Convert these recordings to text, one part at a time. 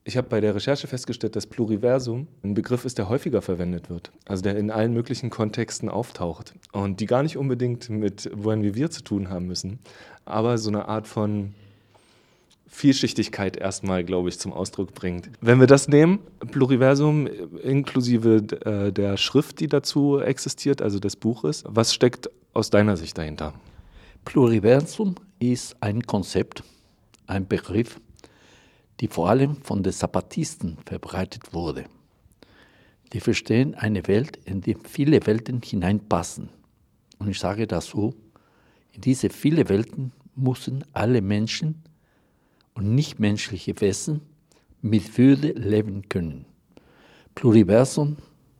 Ich habe bei der Recherche festgestellt, dass Pluriversum ein Begriff ist, der häufiger verwendet wird. Also der in allen möglichen Kontexten auftaucht. Und die gar nicht unbedingt mit Buen Vivir zu tun haben müssen. Aber so eine Art von Vielschichtigkeit erstmal, glaube ich, zum Ausdruck bringt. Wenn wir das nehmen, Pluriversum inklusive der Schrift, die dazu existiert, also des Buches, was steckt aus deiner Sicht dahinter? Pluriversum ist ein Konzept, ein Begriff, die vor allem von den Zapatisten verbreitet wurde. Die verstehen eine Welt, in die viele Welten hineinpassen. Und ich sage das so, in diese viele Welten müssen alle Menschen und nichtmenschliche Wesen mit Würde leben können. Pluriversum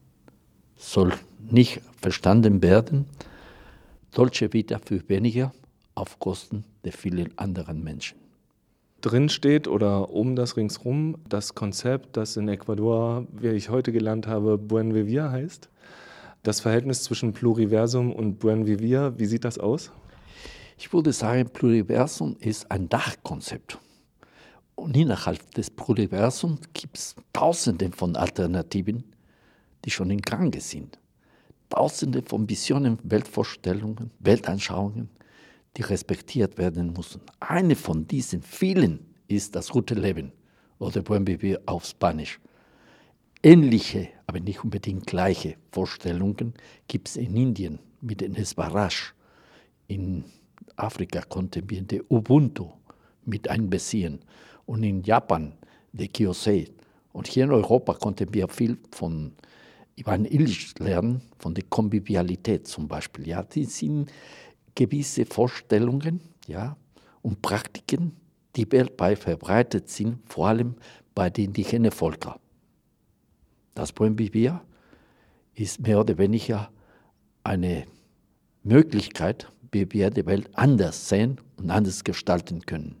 soll nicht verstanden werden, solche wieder für weniger auf Kosten der vielen anderen Menschen. Drin steht oder um das ringsrum das Konzept, das in Ecuador, wie ich heute gelernt habe, Buen Vivir heißt. Das Verhältnis zwischen Pluriversum und Buen Vivir, wie sieht das aus? Ich würde sagen, Pluriversum ist ein Dachkonzept. Und innerhalb des Pluriversums gibt es Tausende von Alternativen, die schon in Gange sind. Tausende von Visionen, Weltvorstellungen, Weltanschauungen, die respektiert werden müssen. Eine von diesen vielen ist das gute Leben oder Buen Vivir auf Spanisch. Ähnliche, aber nicht unbedingt gleiche Vorstellungen gibt es in Indien mit den Swaraj. In Afrika konnten wir den Ubuntu mit einbeziehen und in Japan der Kiyosei. Und hier in Europa konnten wir viel von Ivan Illich lernen, von der Konvivialität zum Beispiel. Ja, die sind gewisse Vorstellungen, ja, und Praktiken, die weltweit verbreitet sind, vor allem bei den indigenen Völkern. Das Buen Vivir ist mehr oder weniger eine Möglichkeit, wie wir die Welt anders sehen und anders gestalten können.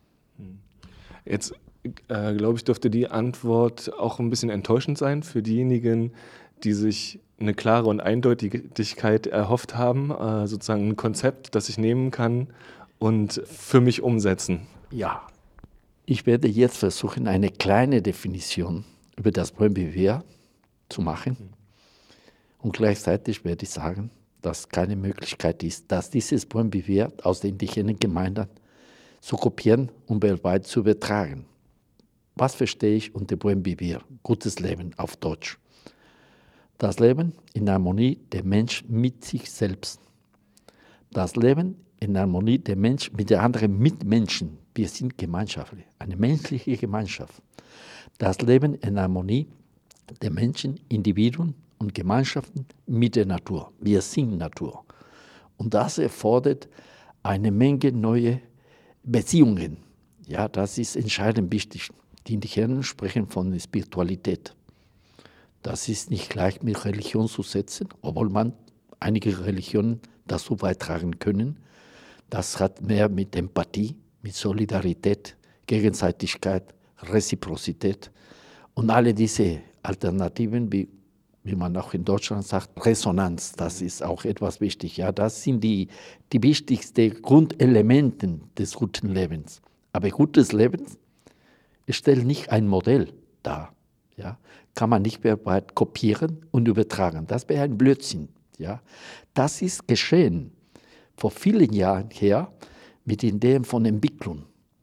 Jetzt, glaube ich, dürfte die Antwort auch ein bisschen enttäuschend sein für diejenigen, die sich eine klare und Eindeutigkeit erhofft haben, sozusagen ein Konzept, das ich nehmen kann und für mich umsetzen. Ja, ich werde jetzt versuchen, eine kleine Definition über das Buen Vivir zu machen. Und gleichzeitig werde ich sagen, dass keine Möglichkeit ist, dass dieses Buen Vivir aus den indigenen Gemeinden zu kopieren und weltweit zu übertragen. Was verstehe ich unter Buen Vivir? Gutes Leben auf Deutsch. Das Leben in Harmonie der Mensch mit sich selbst. Das Leben in Harmonie der Mensch mit den anderen Mitmenschen. Wir sind gemeinschaftlich, eine menschliche Gemeinschaft. Das Leben in Harmonie der Menschen, Individuen und Gemeinschaften mit der Natur. Wir sind Natur. Und das erfordert eine Menge neue Beziehungen. Ja, das ist entscheidend wichtig. Die Indigenen sprechen von Spiritualität. Das ist nicht gleich mit Religion zu setzen, obwohl man einige Religionen dazu beitragen können. Das hat mehr mit Empathie, mit Solidarität, Gegenseitigkeit, Reziprozität und alle diese Alternativen, wie man auch in Deutschland sagt, Resonanz, das ist auch etwas wichtig. Ja, das sind die wichtigsten Grundelemente des guten Lebens. Aber gutes Leben stellt nicht ein Modell dar. Ja, kann man nicht mehr weit kopieren und übertragen. Das wäre ein Blödsinn. Ja. Das ist geschehen vor vielen Jahren her mit Ideen von Entwicklung.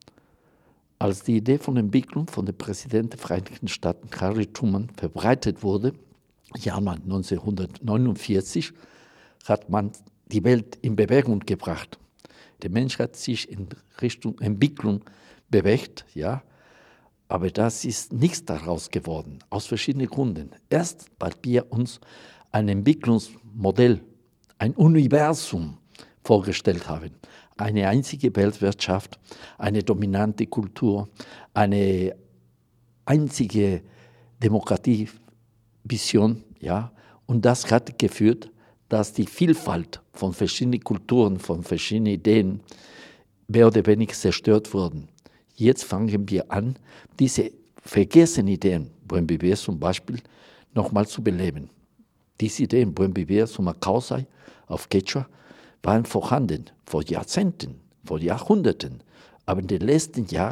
Als die Idee von Entwicklung von dem Präsidenten der Vereinigten Staaten, Harry Truman, verbreitet wurde, im Jahr 1949, hat man die Welt in Bewegung gebracht. Der Mensch hat sich in Richtung Entwicklung bewegt, ja, aber das ist nichts daraus geworden, aus verschiedenen Gründen. Erst, weil wir uns ein Entwicklungsmodell, ein Universum vorgestellt haben. Eine einzige Weltwirtschaft, eine dominante Kultur, eine einzige Demokratievision. Ja? Und das hat geführt, dass die Vielfalt von verschiedenen Kulturen, von verschiedenen Ideen mehr oder weniger zerstört wurden. Jetzt fangen wir an, diese vergessenen Ideen, Buen Vivir zum Beispiel, nochmal zu beleben. Diese Ideen, Buen Vivir, Sumacausai auf Quechua, waren vorhanden vor Jahrzehnten, vor Jahrhunderten. Aber in den letzten Jahren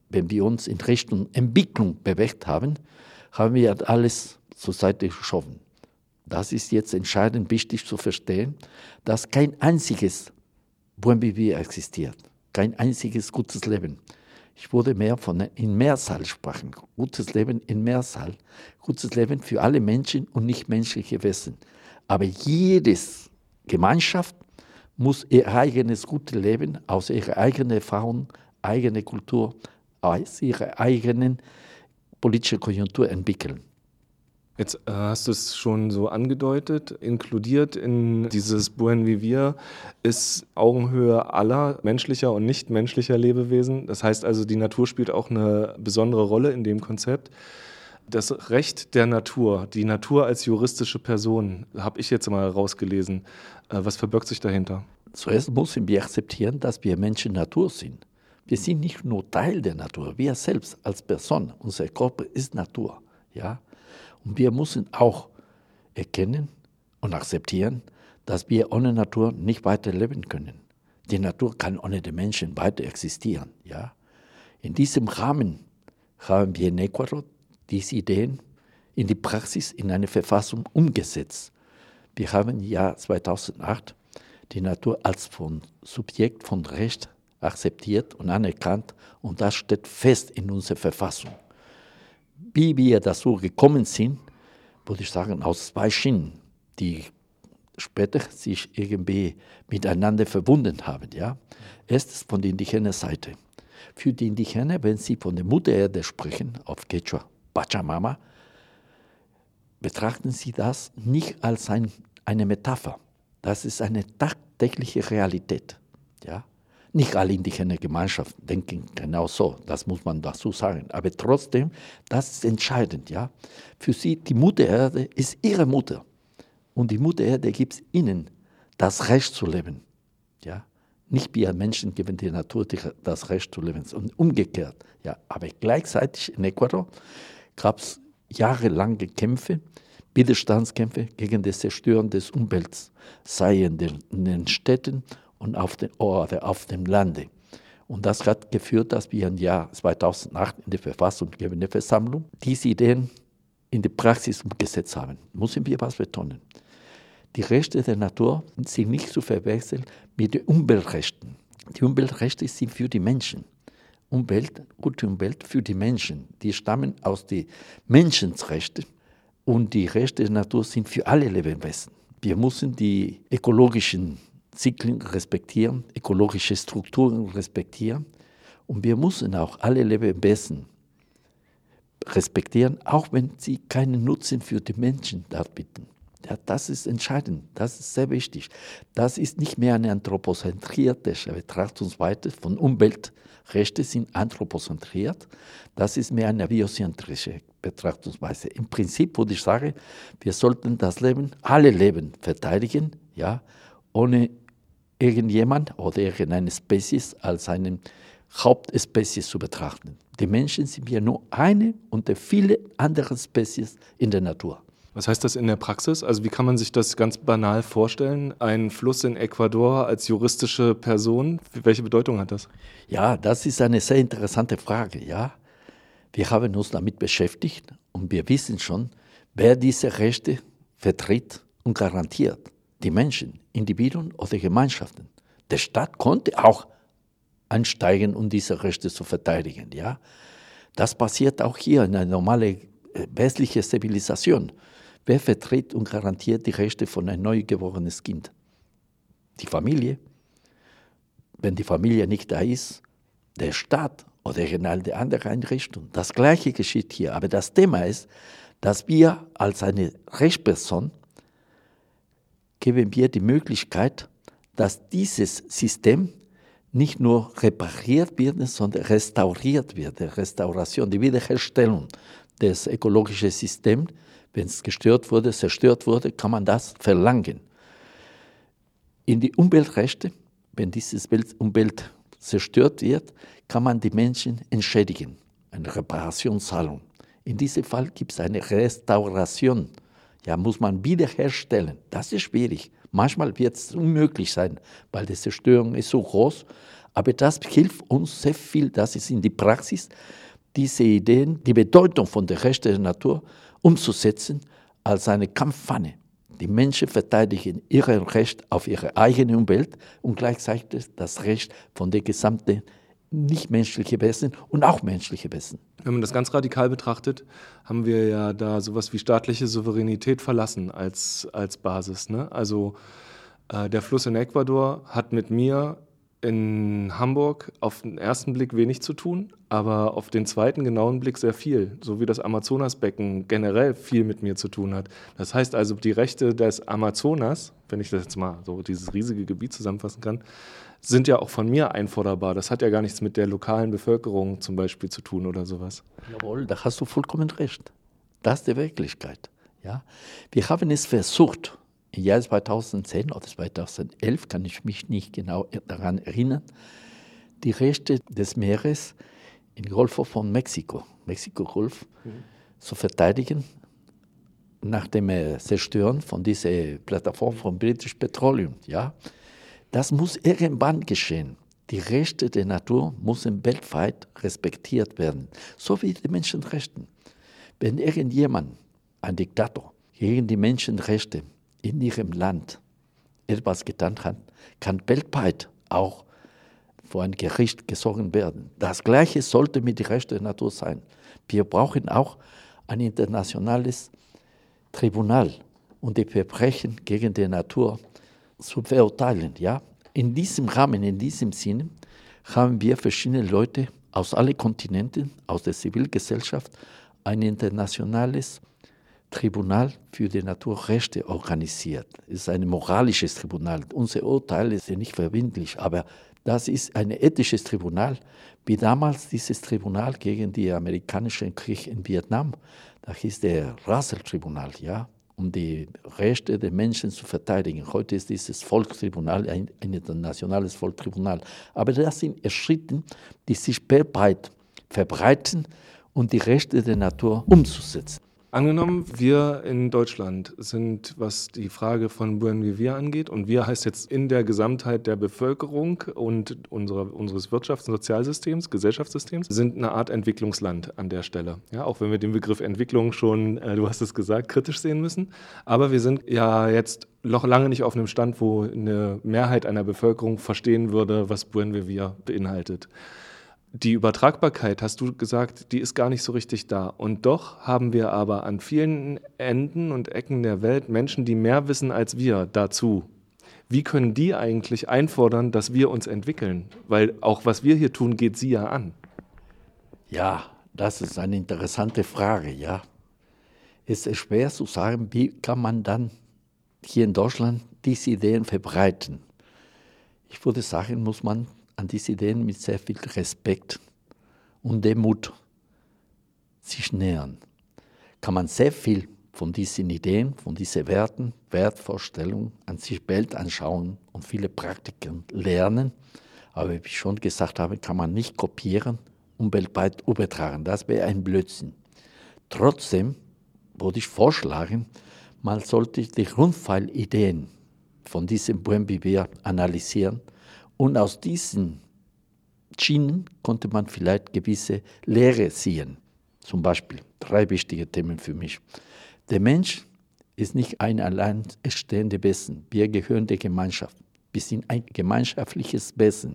wenn wir uns in Richtung Entwicklung bewegt haben, haben wir alles zur Seite geschoben. Das ist jetzt entscheidend wichtig zu verstehen, dass kein einziges Buen Vivir existiert, kein einziges gutes Leben. Ich würde mehr von in Mehrzahl sprechen, gutes Leben in Mehrzahl, gutes Leben für alle Menschen und nichtmenschliche Wesen. Aber jede Gemeinschaft muss ihr eigenes gutes Leben aus ihrer eigenen Erfahrung, eigene Kultur, aus ihrer eigenen politischen Konjunktur entwickeln. Jetzt hast du es schon so angedeutet, inkludiert in dieses Buen Vivir ist Augenhöhe aller menschlicher und nichtmenschlicher Lebewesen. Das heißt also, die Natur spielt auch eine besondere Rolle in dem Konzept. Das Recht der Natur, die Natur als juristische Person, habe ich jetzt mal rausgelesen. Was verbirgt sich dahinter? Zuerst müssen wir akzeptieren, dass wir Menschen Natur sind. Wir sind nicht nur Teil der Natur, wir selbst als Person, unser Körper ist Natur. Ja? Und wir müssen auch erkennen und akzeptieren, dass wir ohne Natur nicht weiter leben können. Die Natur kann ohne den Menschen weiter existieren. Ja? In diesem Rahmen haben wir in Ecuador diese Ideen in die Praxis, in eine Verfassung umgesetzt. Wir haben im Jahr 2008 die Natur als Subjekt von Recht akzeptiert und anerkannt und das steht fest in unserer Verfassung. Wie wir dazu gekommen sind, würde ich sagen, aus zwei Schienen, die später sich irgendwie miteinander verbunden haben. Ja? Erstens von der indigenen Seite. Für die Indigenen, wenn sie von der Mutter Erde sprechen, auf Quechua, Pachamama, betrachten sie das nicht als eine Metapher. Das ist eine tagtägliche Realität. Ja? Nicht alle indigene Gemeinschaften denken genau so, das muss man dazu sagen. Aber trotzdem, das ist entscheidend. Ja? Für sie, die Mutter Erde ist ihre Mutter. Und die Mutter Erde gibt ihnen das Recht zu leben. Ja? Nicht wir Menschen geben der Natur das Recht zu leben. Und umgekehrt. Ja? Aber gleichzeitig in Ecuador gab es jahrelange Kämpfe, Widerstandskämpfe gegen das Zerstören des Umwelts, sei in den Städten und auf dem Lande. Und das hat geführt, dass wir im Jahr 2008 in der verfassungsgebenden Versammlung diese Ideen in die Praxis umgesetzt haben. Müssen wir was betonen. Die Rechte der Natur sind nicht zu verwechseln mit den Umweltrechten. Die Umweltrechte sind für die Menschen. Gute Umwelt für die Menschen. Die stammen aus den Menschenrechten. Und die Rechte der Natur sind für alle Lebewesen. Wir müssen die ökologischen Zyklen respektieren, ökologische Strukturen respektieren. Und wir müssen auch alle Lebewesen respektieren, auch wenn sie keinen Nutzen für die Menschen darbieten. Ja, das ist entscheidend, das ist sehr wichtig. Das ist nicht mehr eine anthropozentrierte Betrachtungsweise von Umweltrechten sind anthropozentriert. Das ist mehr eine biozentrische Betrachtungsweise. Im Prinzip würde ich sagen, wir sollten das Leben, alle Leben verteidigen, ja, ohne irgendjemand oder irgendeine Spezies als eine Hauptspezies zu betrachten. Die Menschen sind ja nur eine unter viele andere Spezies in der Natur. Was heißt das in der Praxis? Also wie kann man sich das ganz banal vorstellen? Ein Fluss in Ecuador als juristische Person, welche Bedeutung hat das? Ja, das ist eine sehr interessante Frage. Ja, wir haben uns damit beschäftigt und wir wissen schon, wer diese Rechte vertritt und garantiert. Die Menschen, Individuen oder Gemeinschaften. Der Staat konnte auch einsteigen, um diese Rechte zu verteidigen. Ja? Das passiert auch hier in einer normalen westlichen Zivilisation. Wer vertritt und garantiert die Rechte von einem neugeborenen Kind? Die Familie. Wenn die Familie nicht da ist, der Staat oder eine andere Einrichtung. Das Gleiche geschieht hier. Aber das Thema ist, dass wir als eine Rechtsperson geben wir die Möglichkeit, dass dieses System nicht nur repariert wird, sondern restauriert wird. Die Restauration, die Wiederherstellung des ökologischen Systems, wenn es gestört wurde, zerstört wurde, kann man das verlangen. In die Umweltrechte, wenn diese Umwelt zerstört wird, kann man die Menschen entschädigen, eine Reparationszahlung. In diesem Fall gibt es eine Restauration. Ja, muss man wiederherstellen. Das ist schwierig. Manchmal wird es unmöglich sein, weil die Zerstörung ist so groß. Aber das hilft uns sehr viel, dass es in die Praxis diese Ideen, die Bedeutung von der Rechte der Natur umzusetzen als eine Kampfpfanne. Die Menschen verteidigen ihr Recht auf ihre eigene Umwelt und gleichzeitig das Recht von der gesamten nichtmenschlichen Wesen und auch menschliche Wesen. Wenn man das ganz radikal betrachtet, haben wir ja da sowas wie staatliche Souveränität verlassen als Basis. Ne? Also der Fluss in Ecuador hat mit mir in Hamburg auf den ersten Blick wenig zu tun, aber auf den zweiten genauen Blick sehr viel, so wie das Amazonasbecken generell viel mit mir zu tun hat. Das heißt also, die Rechte des Amazonas, wenn ich das jetzt mal so dieses riesige Gebiet zusammenfassen kann, sind ja auch von mir einforderbar. Das hat ja gar nichts mit der lokalen Bevölkerung zum Beispiel zu tun oder sowas. Jawohl, da hast du vollkommen recht. Das ist die Wirklichkeit. Ja? Wir haben es versucht, im Jahr 2010 oder 2011, kann ich mich nicht genau daran erinnern, die Rechte des Meeres im Golf von Mexiko-Golf, zu verteidigen, nach dem Zerstören von dieser Plattform von British Petroleum. Ja? Das muss irgendwann geschehen. Die Rechte der Natur müssen weltweit respektiert werden, so wie die Menschenrechte. Wenn irgendjemand, ein Diktator, gegen die Menschenrechte in ihrem Land etwas getan hat, kann weltweit auch vor ein Gericht gezogen werden. Das Gleiche sollte mit den Rechten der Natur sein. Wir brauchen auch ein internationales Tribunal, um die Verbrechen gegen die Natur zu verurteilen. Ja? In diesem Rahmen, in diesem Sinne, haben wir verschiedene Leute aus allen Kontinenten, aus der Zivilgesellschaft, ein internationales Tribunal für die Naturrechte organisiert. Es ist ein moralisches Tribunal. Unsere Urteile sind nicht verbindlich, aber das ist ein ethisches Tribunal, wie damals dieses Tribunal gegen den amerikanischen Krieg in Vietnam. Das hieß der Russell-Tribunal, ja, um die Rechte der Menschen zu verteidigen. Heute ist dieses Volkstribunal ein internationales Volkstribunal. Aber das sind Schritte, die sich weltweit verbreiten, um die Rechte der Natur umzusetzen. Angenommen, wir in Deutschland sind, was die Frage von Buen Vivir angeht, und wir heißt jetzt in der Gesamtheit der Bevölkerung und unseres Wirtschafts- und Sozialsystems, Gesellschaftssystems, sind eine Art Entwicklungsland an der Stelle. Ja, auch wenn wir den Begriff Entwicklung schon, du hast es gesagt, kritisch sehen müssen. Aber wir sind ja jetzt noch lange nicht auf einem Stand, wo eine Mehrheit einer Bevölkerung verstehen würde, was Buen Vivir beinhaltet. Die Übertragbarkeit, hast du gesagt, die ist gar nicht so richtig da. Und doch haben wir aber an vielen Enden und Ecken der Welt Menschen, die mehr wissen als wir dazu. Wie können die eigentlich einfordern, dass wir uns entwickeln? Weil auch was wir hier tun, geht sie ja an. Ja, das ist eine interessante Frage, ja. Es ist schwer zu sagen, wie kann man dann hier in Deutschland diese Ideen verbreiten. Ich würde sagen, muss man an diese Ideen mit sehr viel Respekt und Demut sich nähern. Kann man sehr viel von diesen Ideen, von diesen Werten, Wertvorstellungen an sich Welt anschauen und viele Praktiken lernen. Aber wie ich schon gesagt habe, kann man nicht kopieren und weltweit übertragen. Das wäre ein Blödsinn. Trotzdem würde ich vorschlagen, man sollte die Grundpfeilideen von diesem Buen Vivir analysieren. Und aus diesen Schienen konnte man vielleicht gewisse Lehre ziehen. Zum Beispiel 3 wichtige Themen für mich. Der Mensch ist nicht ein alleinstehendes Wesen. Wir gehören der Gemeinschaft. Wir sind ein gemeinschaftliches Wesen.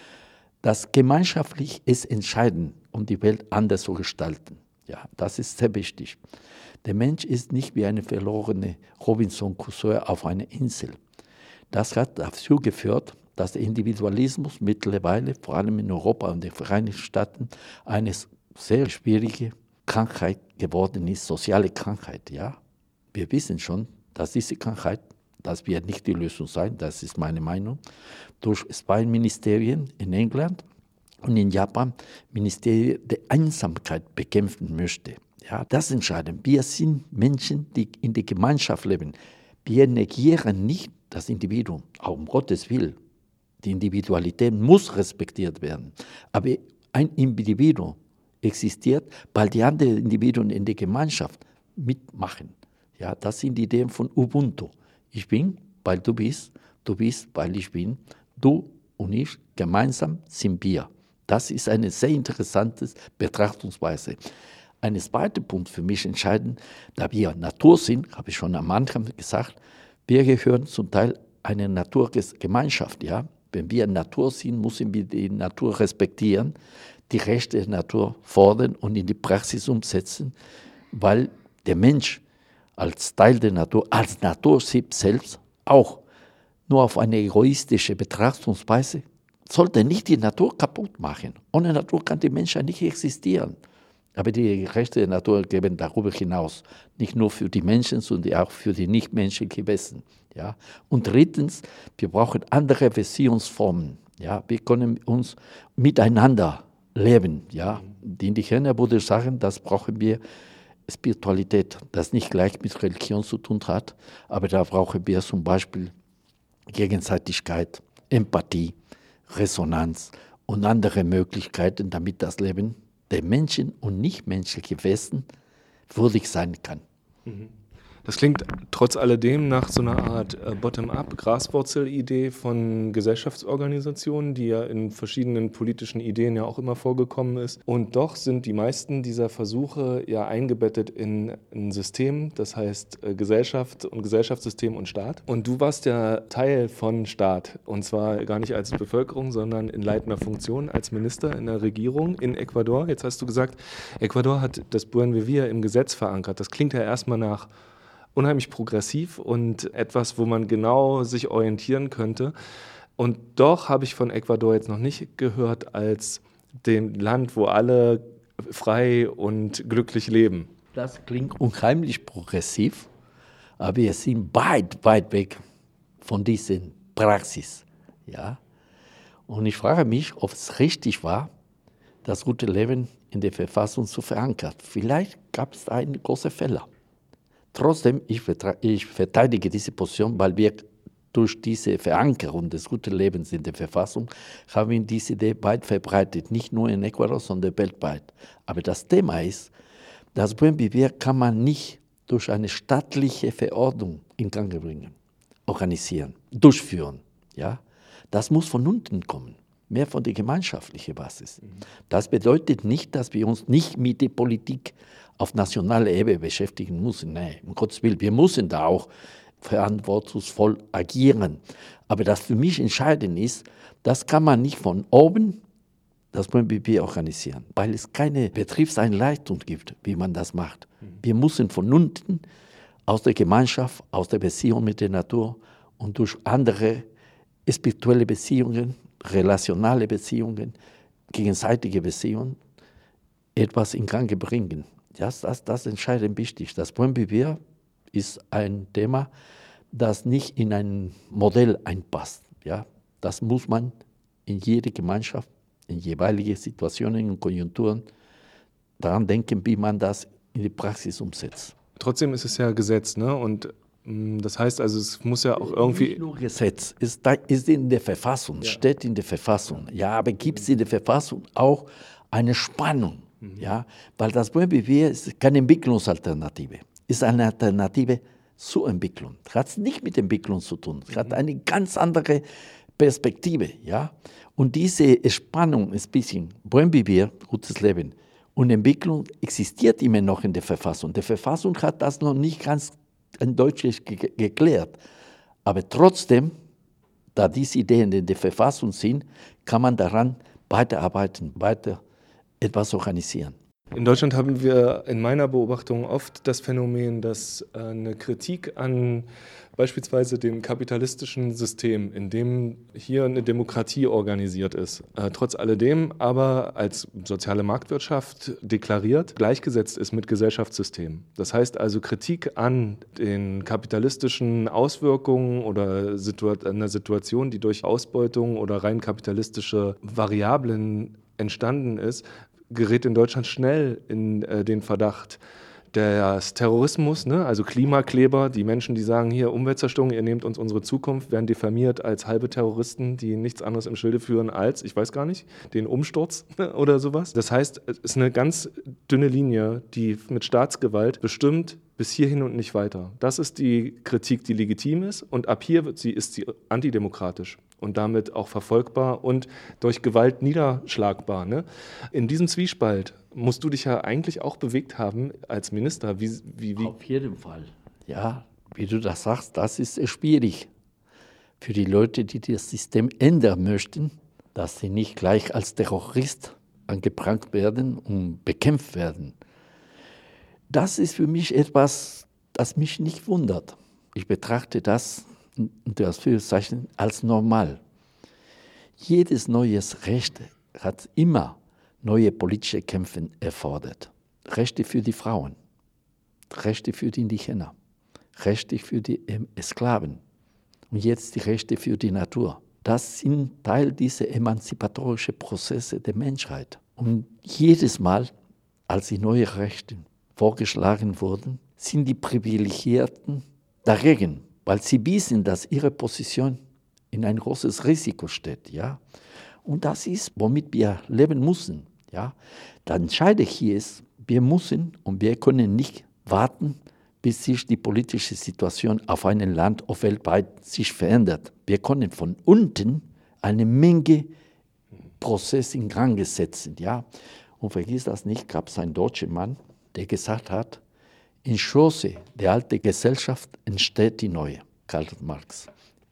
Das gemeinschaftlich ist entscheidend, um die Welt anders zu gestalten. Ja, das ist sehr wichtig. Der Mensch ist nicht wie eine verlorene Robinson Crusoe auf einer Insel. Das hat dazu geführt, dass der Individualismus mittlerweile, vor allem in Europa und den Vereinigten Staaten, eine sehr schwierige Krankheit geworden ist, soziale Krankheit. Ja? Wir wissen schon, dass diese Krankheit, das wird nicht die Lösung sein, das ist meine Meinung, durch 2 Ministerien in England und in Japan Ministerien der Einsamkeit bekämpfen möchte. Ja, das entscheiden. Wir sind Menschen, die in der Gemeinschaft leben. Wir negieren nicht das Individuum, auch um Gottes Willen. Die Individualität muss respektiert werden. Aber ein Individuum existiert, weil die anderen Individuen in der Gemeinschaft mitmachen. Ja, das sind die Ideen von Ubuntu. Ich bin, weil du bist, weil ich bin, du und ich, gemeinsam sind wir. Das ist eine sehr interessante Betrachtungsweise. Ein zweiter Punkt für mich entscheidend, da wir Natur sind, habe ich schon am Anfang gesagt, wir gehören zum Teil einer Naturgemeinschaft. Ja? Wenn wir Natur sind, müssen wir die Natur respektieren, die Rechte der Natur fordern und in die Praxis umsetzen, weil der Mensch als Teil der Natur, als selbst auch nur auf eine egoistische Betrachtungsweise, sollte nicht die Natur kaputt machen. Ohne Natur kann die Menschheit nicht existieren. Aber die Rechte der Natur geben darüber hinaus, nicht nur für die Menschen, sondern auch für die nichtmenschlichen Wesen. Ja? Und drittens, wir brauchen andere Beziehungsformen. Ja? Wir können uns miteinander leben. Ja? Die Indigenen würde sagen, das brauchen wir Spiritualität, das nicht gleich mit Religion zu tun hat, aber da brauchen wir zum Beispiel Gegenseitigkeit, Empathie, Resonanz und andere Möglichkeiten, damit das Leben der Menschen und nichtmenschlichen Wesen würdig sein kann. Das klingt trotz alledem nach so einer Art Bottom-up, Graswurzel-Idee von Gesellschaftsorganisationen, die ja in verschiedenen politischen Ideen ja auch immer vorgekommen ist. Und doch sind die meisten dieser Versuche ja eingebettet in ein System, das heißt Gesellschaft und Gesellschaftssystem und Staat. Und du warst ja Teil von Staat, und zwar gar nicht als Bevölkerung, sondern in leitender Funktion als Minister in der Regierung in Ecuador. Jetzt hast du gesagt, Ecuador hat das Buen Vivir im Gesetz verankert. Das klingt ja erstmal nach unheimlich progressiv und etwas, wo man genau sich orientieren könnte. Und doch habe ich von Ecuador jetzt noch nicht gehört als dem Land, wo alle frei und glücklich leben. Das klingt unheimlich progressiv, aber wir sind weit, weit weg von dieser Praxis. Ja? Und ich frage mich, ob es richtig war, das gute Leben in der Verfassung zu verankern. Vielleicht gab es da einen großen Fehler. Trotzdem, ich verteidige diese Position, weil wir durch diese Verankerung des guten Lebens in der Verfassung haben wir diese Idee weit verbreitet, nicht nur in Ecuador, sondern weltweit. Aber das Thema ist, das Buen Vivir kann man nicht durch eine staatliche Verordnung in Gang bringen, organisieren, durchführen. Ja? Das muss von unten kommen, mehr von der gemeinschaftlichen Basis. Das bedeutet nicht, dass wir uns nicht mit der Politik auf nationaler Ebene beschäftigen müssen. Nein, um Gottes Willen, wir müssen da auch verantwortungsvoll agieren. Aber das für mich entscheidend ist, das kann man nicht von oben, das Buen Vivir organisieren, weil es keine Betriebseinleitung gibt, wie man das macht. Wir müssen von unten, aus der Gemeinschaft, aus der Beziehung mit der Natur und durch andere spirituelle Beziehungen, relationale Beziehungen, gegenseitige Beziehungen etwas in Gang bringen. Das ist entscheidend wichtig. Das Buen Vivir ist ein Thema, das nicht in ein Modell einpasst. Ja? Das muss man in jede Gemeinschaft, in jeweilige Situationen und Konjunkturen daran denken, wie man das in die Praxis umsetzt. Trotzdem ist es ja Gesetz, ne? Und das heißt also, es muss ja auch irgendwie... Nicht nur Gesetz, ist in der Verfassung, steht in der Verfassung. Ja, aber gibt es in der Verfassung auch eine Spannung? Ja, weil das Buen Vivir ist keine Entwicklungsalternative, ist eine Alternative zur Entwicklung. Das hat nicht mit Entwicklung zu tun, es hat eine ganz andere Perspektive. Ja? Und diese Spannung ist ein bisschen Buen Vivir, gutes Leben, und Entwicklung existiert immer noch in der Verfassung. Die Verfassung hat das noch nicht ganz deutlich geklärt. Aber trotzdem, da diese Ideen in der Verfassung sind, kann man daran weiterarbeiten, weiter etwas organisieren. In Deutschland haben wir in meiner Beobachtung oft das Phänomen, dass eine Kritik an beispielsweise dem kapitalistischen System, in dem hier eine Demokratie organisiert ist, trotz alledem aber als soziale Marktwirtschaft deklariert, gleichgesetzt ist mit Gesellschaftssystemen. Das heißt also Kritik an den kapitalistischen Auswirkungen oder einer Situation, die durch Ausbeutung oder rein kapitalistische Variablen entstanden ist, gerät in Deutschland schnell in den Verdacht des Terrorismus, ne? Also Klimakleber, die Menschen, die sagen, hier Umweltzerstörung, ihr nehmt uns unsere Zukunft, werden diffamiert als halbe Terroristen, die nichts anderes im Schilde führen als, ich weiß gar nicht, den Umsturz oder sowas. Das heißt, es ist eine ganz dünne Linie, die mit Staatsgewalt bestimmt bis hierhin und nicht weiter. Das ist die Kritik, die legitim ist, und ab hier ist sie antidemokratisch. und damit auch verfolgbar und durch Gewalt niederschlagbar. Ne? In diesem Zwiespalt musst du dich ja eigentlich auch bewegt haben als Minister. Wie? Auf jeden Fall. Ja, wie du das sagst, das ist schwierig für die Leute, die das System ändern möchten, dass sie nicht gleich als Terrorist angeprangert werden und bekämpft werden. Das ist für mich etwas, das mich nicht wundert. Ich betrachte das unter Anführungszeichen als normal. Jedes neues Recht hat immer neue politische Kämpfe erfordert. Rechte für die Frauen, Rechte für die Indigener, Rechte für die Sklaven und jetzt die Rechte für die Natur. Das sind Teil dieser emanzipatorischen Prozesse der Menschheit. Und jedes Mal, als die neuen Rechte vorgeschlagen wurden, sind die Privilegierten dagegen, weil sie wissen, dass ihre Position in ein großes Risiko steht. Ja? Und das ist, womit wir leben müssen. Ja? Das Entscheidende hier ist, wir müssen und wir können nicht warten, bis sich die politische Situation auf einem Land oder weltweit sich verändert. Wir können von unten eine Menge Prozesse in Gang setzen. Ja? Und vergiss das nicht, gab es einen deutschen Mann, der gesagt hat, in Schoße der alten Gesellschaft entsteht die neue, Karl Marx.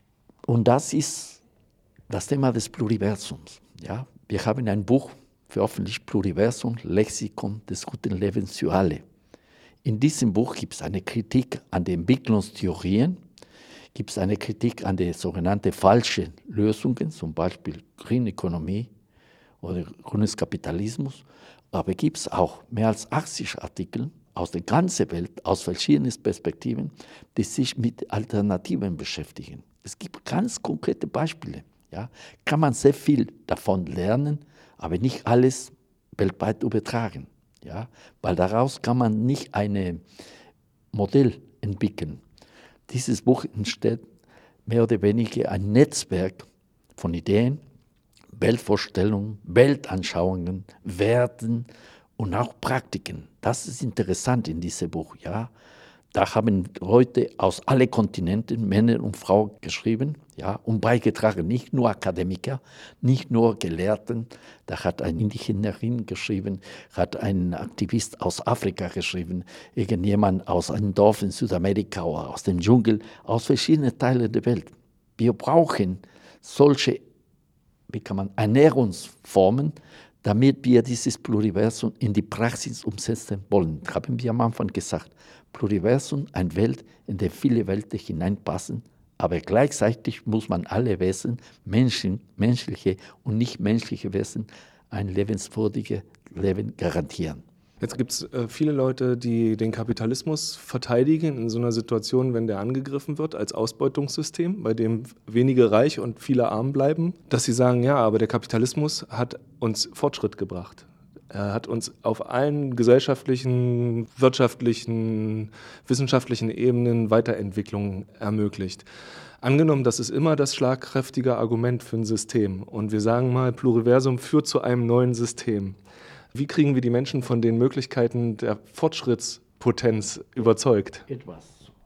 Und das ist das Thema des Pluriversums. Ja? Wir haben ein Buch veröffentlicht, Pluriversum, Lexikon des guten Lebens für alle. In diesem Buch gibt es eine Kritik an den Entwicklungstheorien, gibt es eine Kritik an die sogenannten falschen Lösungen, zum Beispiel Grüne Ökonomie oder grünes Kapitalismus, aber gibt es auch mehr als 80 Artikel aus der ganzen Welt, aus verschiedenen Perspektiven, die sich mit Alternativen beschäftigen. Es gibt ganz konkrete Beispiele. Ja? Kann man sehr viel davon lernen, aber nicht alles weltweit übertragen. Ja? Weil daraus kann man nicht ein Modell entwickeln. Dieses Buch entsteht mehr oder weniger ein Netzwerk von Ideen, Weltvorstellungen, Weltanschauungen, Werten und auch Praktiken. Das ist interessant in diesem Buch. Ja? Da haben Leute aus allen Kontinenten, Männer und Frauen, geschrieben, ja, und beigetragen. Nicht nur Akademiker, nicht nur Gelehrten. Da hat eine Indigenerin geschrieben, hat ein Aktivist aus Afrika geschrieben, irgendjemand aus einem Dorf in Südamerika oder aus dem Dschungel, aus verschiedenen Teilen der Welt. Wir brauchen solche, Ernährungsformen, damit wir dieses Pluriversum in die Praxis umsetzen wollen. Haben wir am Anfang gesagt, Pluriversum, eine Welt, in der viele Welten hineinpassen, aber gleichzeitig muss man alle Wesen, menschliche und nichtmenschliche Wesen, ein lebenswürdiges Leben garantieren. Jetzt gibt es viele Leute, die den Kapitalismus verteidigen in so einer Situation, wenn der angegriffen wird, als Ausbeutungssystem, bei dem wenige reich und viele arm bleiben, dass sie sagen, ja, aber der Kapitalismus hat uns Fortschritt gebracht. Er hat uns auf allen gesellschaftlichen, wirtschaftlichen, wissenschaftlichen Ebenen Weiterentwicklung ermöglicht. Angenommen, das ist immer das schlagkräftige Argument für ein System und wir sagen mal, Pluriversum führt zu einem neuen System. Wie kriegen wir die Menschen von den Möglichkeiten der Fortschrittspotenz überzeugt? Etwas.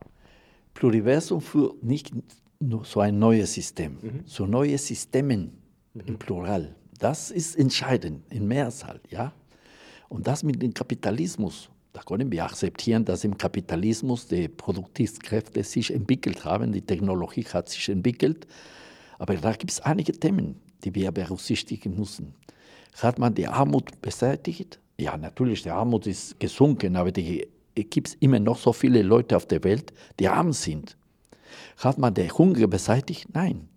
Pluriversum führt nicht nur so ein neues System, so neue Systemen im Plural. Das ist entscheidend, in Mehrzahl. Ja? Und das mit dem Kapitalismus, da können wir akzeptieren, dass im Kapitalismus die Produktivkräfte sich entwickelt haben, die Technologie hat sich entwickelt, aber da gibt es einige Themen, die wir berücksichtigen müssen. Hat man die Armut beseitigt? Ja, natürlich, die Armut ist gesunken, aber es gibt immer noch so viele Leute auf der Welt, die arm sind. Hat man den Hunger beseitigt? Nein.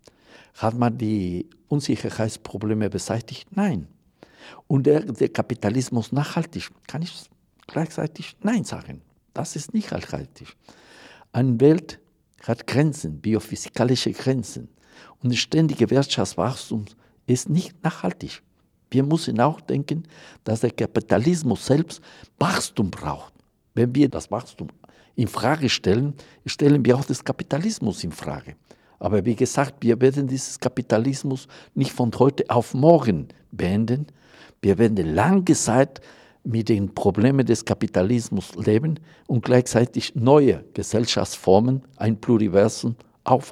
Hat man die Unsicherheitsprobleme beseitigt? Nein. Und der Kapitalismus nachhaltig? Kann ich gleichzeitig Nein sagen. Das ist nicht nachhaltig. Eine Welt hat Grenzen, biophysikalische Grenzen. Und das ständige Wirtschaftswachstum ist nicht nachhaltig. Wir müssen auch denken, dass der Kapitalismus selbst Wachstum braucht. Wenn wir das Wachstum in Frage stellen, stellen wir auch den Kapitalismus in Frage. Aber wie gesagt, wir werden diesen Kapitalismus nicht von heute auf morgen beenden. Wir werden lange Zeit mit den Problemen des Kapitalismus leben und gleichzeitig neue Gesellschaftsformen, ein Pluriversum aufbauen.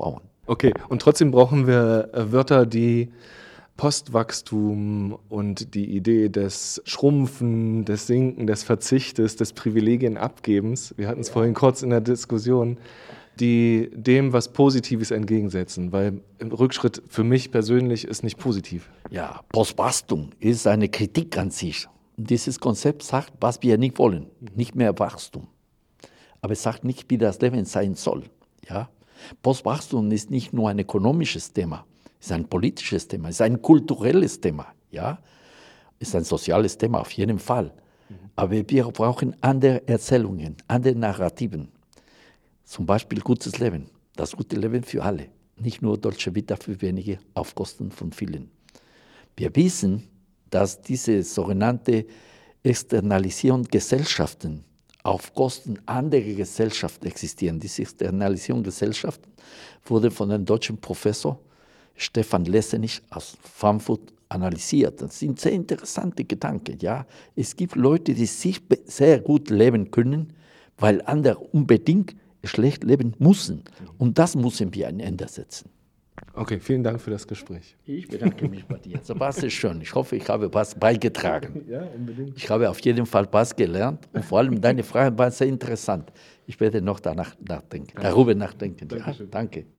Okay, und trotzdem brauchen wir Wörter, die Postwachstum und die Idee des Schrumpfen, des Sinken, des Verzichtes, des Privilegienabgebens, wir hatten es vorhin kurz in der Diskussion, die dem was Positives entgegensetzen, weil Rückschritt für mich persönlich ist nicht positiv. Ja, Postwachstum ist eine Kritik an sich. Und dieses Konzept sagt, was wir nicht wollen, nicht mehr Wachstum. Aber es sagt nicht, wie das Leben sein soll. Ja? Postwachstum ist nicht nur ein ökonomisches Thema, es ist ein politisches Thema, es ist ein kulturelles Thema, ja? Es ist ein soziales Thema, auf jeden Fall. Aber wir brauchen andere Erzählungen, andere Narrativen. Zum Beispiel gutes Leben, das gute Leben für alle, nicht nur Dolce Vita für wenige auf Kosten von vielen. Wir wissen, dass diese sogenannte Externalisierung Gesellschaften auf Kosten anderer Gesellschaften existieren. Diese Externalisierung Gesellschaften wurde von einem deutschen Professor Stefan Lessenich aus Frankfurt analysiert. Das sind sehr interessante Gedanken. Ja? Es gibt Leute, die sich sehr gut leben können, weil andere unbedingt schlecht leben müssen. Und das müssen wir ein Ende setzen. Okay, vielen Dank für das Gespräch. Ich bedanke mich bei dir. So war es schön. Ich hoffe, ich habe was beigetragen. Ja, unbedingt. Ich habe auf jeden Fall was gelernt und vor allem deine Fragen waren sehr interessant. Ich werde noch darüber nachdenken. Ja, danke.